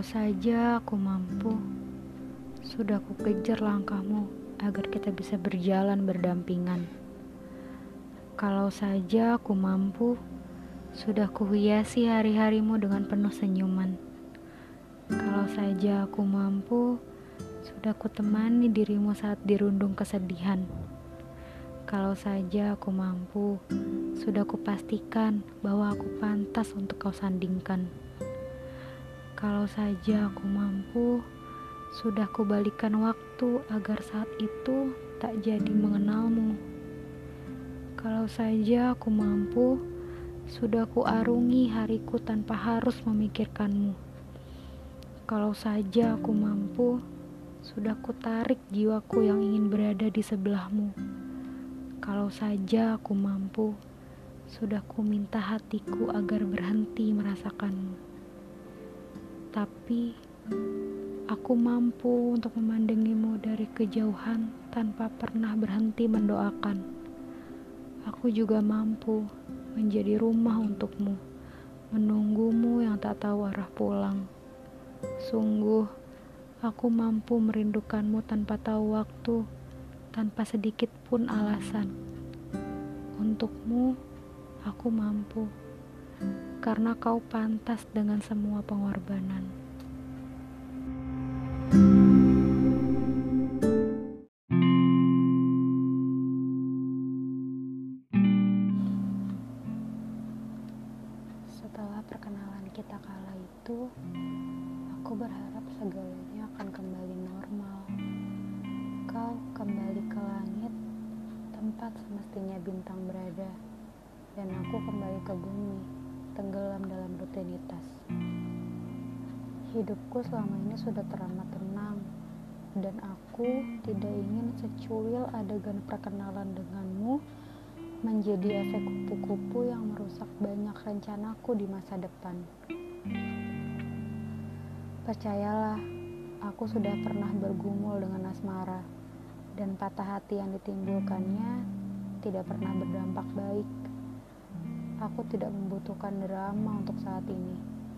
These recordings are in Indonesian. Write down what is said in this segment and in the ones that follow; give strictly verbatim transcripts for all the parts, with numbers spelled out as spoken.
Kalau saja aku mampu, sudah kukejar langkahmu agar kita bisa berjalan berdampingan. Kalau saja aku mampu, sudah kuhiasi hari-harimu dengan penuh senyuman. Kalau saja aku mampu, sudah kutemani dirimu saat dirundung kesedihan. Kalau saja aku mampu, sudah kupastikan bahwa aku pantas untuk kau sandingkan. Kalau saja aku mampu, sudah kubalikan waktu agar saat itu tak jadi mengenalmu. Kalau saja aku mampu, sudah kuarungi hariku tanpa harus memikirkanmu. Kalau saja aku mampu, sudah kutarik jiwaku yang ingin berada di sebelahmu. Kalau saja aku mampu, sudah kuminta hatiku agar berhenti merasakanmu. Tapi aku mampu untuk memandangimu dari kejauhan tanpa pernah berhenti mendoakan. Aku juga mampu menjadi rumah untukmu, menunggumu yang tak tahu arah pulang. Sungguh, aku mampu merindukanmu tanpa tahu waktu, tanpa sedikit pun alasan. Untukmu, aku mampu, karena kau pantas dengan semua pengorbanan. Setelah perkenalan kita kala itu, aku berharap segalanya akan kembali normal. Kau kembali ke langit, tempat semestinya bintang berada, dan aku kembali ke bumi, tenggelam dalam rutinitas. Hidupku selama ini sudah teramat tenang, dan aku tidak ingin secuil adegan perkenalan denganmu menjadi efek kupu-kupu yang merusak banyak rencanaku di masa depan. Percayalah, aku sudah pernah bergumul dengan asmara, dan patah hati yang ditimbulkannya tidak pernah berdampak baik. Aku tidak membutuhkan drama untuk saat ini.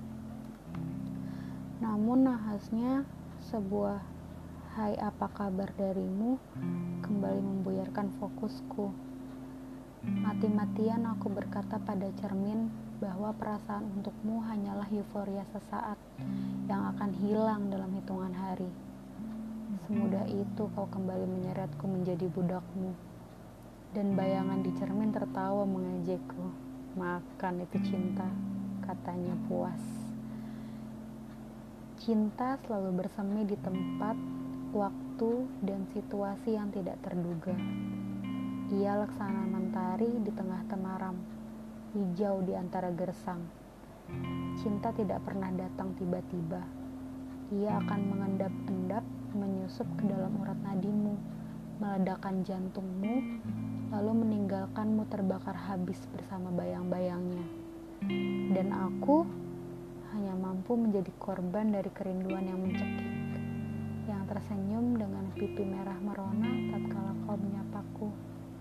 Namun nahasnya sebuah "Hai, apa kabar" darimu kembali membuyarkan fokusku. Mati-matian aku berkata pada cermin bahwa perasaan untukmu hanyalah euforia sesaat yang akan hilang dalam hitungan hari. Semudah itu kau kembali menyeretku menjadi budakmu, dan bayangan di cermin tertawa mengejekku. Makan itu cinta, katanya puas. Cinta selalu bersemi di tempat, waktu, dan situasi yang tidak terduga. Ia laksana mentari di tengah temaram, hijau di antara gersang. Cinta tidak pernah datang tiba-tiba. Ia akan mengendap-endap, menyusup ke dalam urat nadimu, meledakkan jantungmu, lalu meninggalkanmu terbakar habis bersama bayang-bayangnya. Dan aku hanya mampu menjadi korban dari kerinduan yang mencekik, yang tersenyum dengan pipi merah merona tatkala kau menyapaku.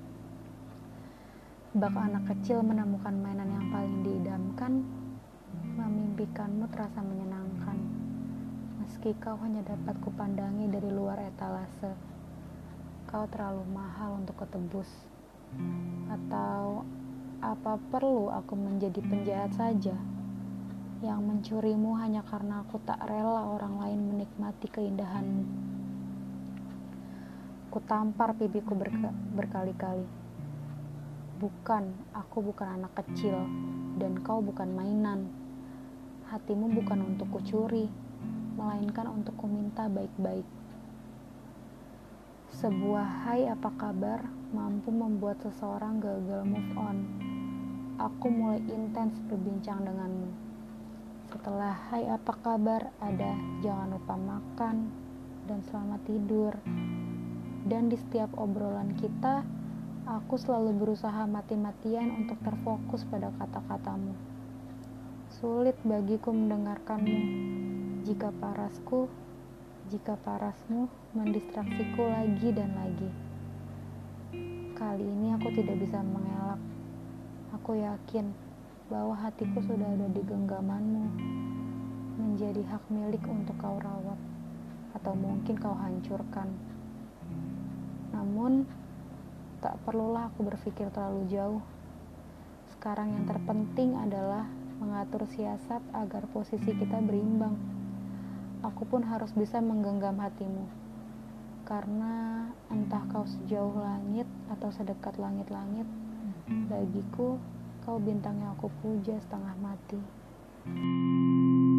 Bak anak kecil menemukan mainan yang paling diidamkan, memimpikanmu terasa menyenangkan, meski kau hanya dapat kupandangi dari luar etalase. Kau terlalu mahal untuk ketebus. Atau apa perlu aku menjadi penjahat saja, yang mencurimu hanya karena aku tak rela orang lain menikmati keindahanmu? Kutampar pipiku berka- berkali-kali. Bukan, aku bukan anak kecil, dan kau bukan mainan. Hatimu bukan untuk kucuri, melainkan untuk kuminta baik-baik. Sebuah "hai, apa kabar" mampu membuat seseorang gagal move on. Aku mulai intens berbincang denganmu. Setelah "hai, apa kabar" ada "jangan lupa makan" dan "selamat tidur". Dan di setiap obrolan kita, aku selalu berusaha mati-matian untuk terfokus pada kata-katamu. Sulit bagiku mendengarkanmu jika parasku, jika parasmu mendistraksiku lagi dan lagi. Kali ini aku tidak bisa mengelak. Aku yakin bahwa hatiku sudah ada di genggamanmu. menjadi hak milik untuk kau rawat, atau mungkin kau hancurkan. Namun, tak perlulah aku berpikir terlalu jauh. Sekarang yang terpenting adalah mengatur siasat agar posisi kita berimbang. Aku pun harus bisa menggenggam hatimu, karena entah kau sejauh langit atau sedekat langit-langit, bagiku kau bintang yang aku puja setengah mati.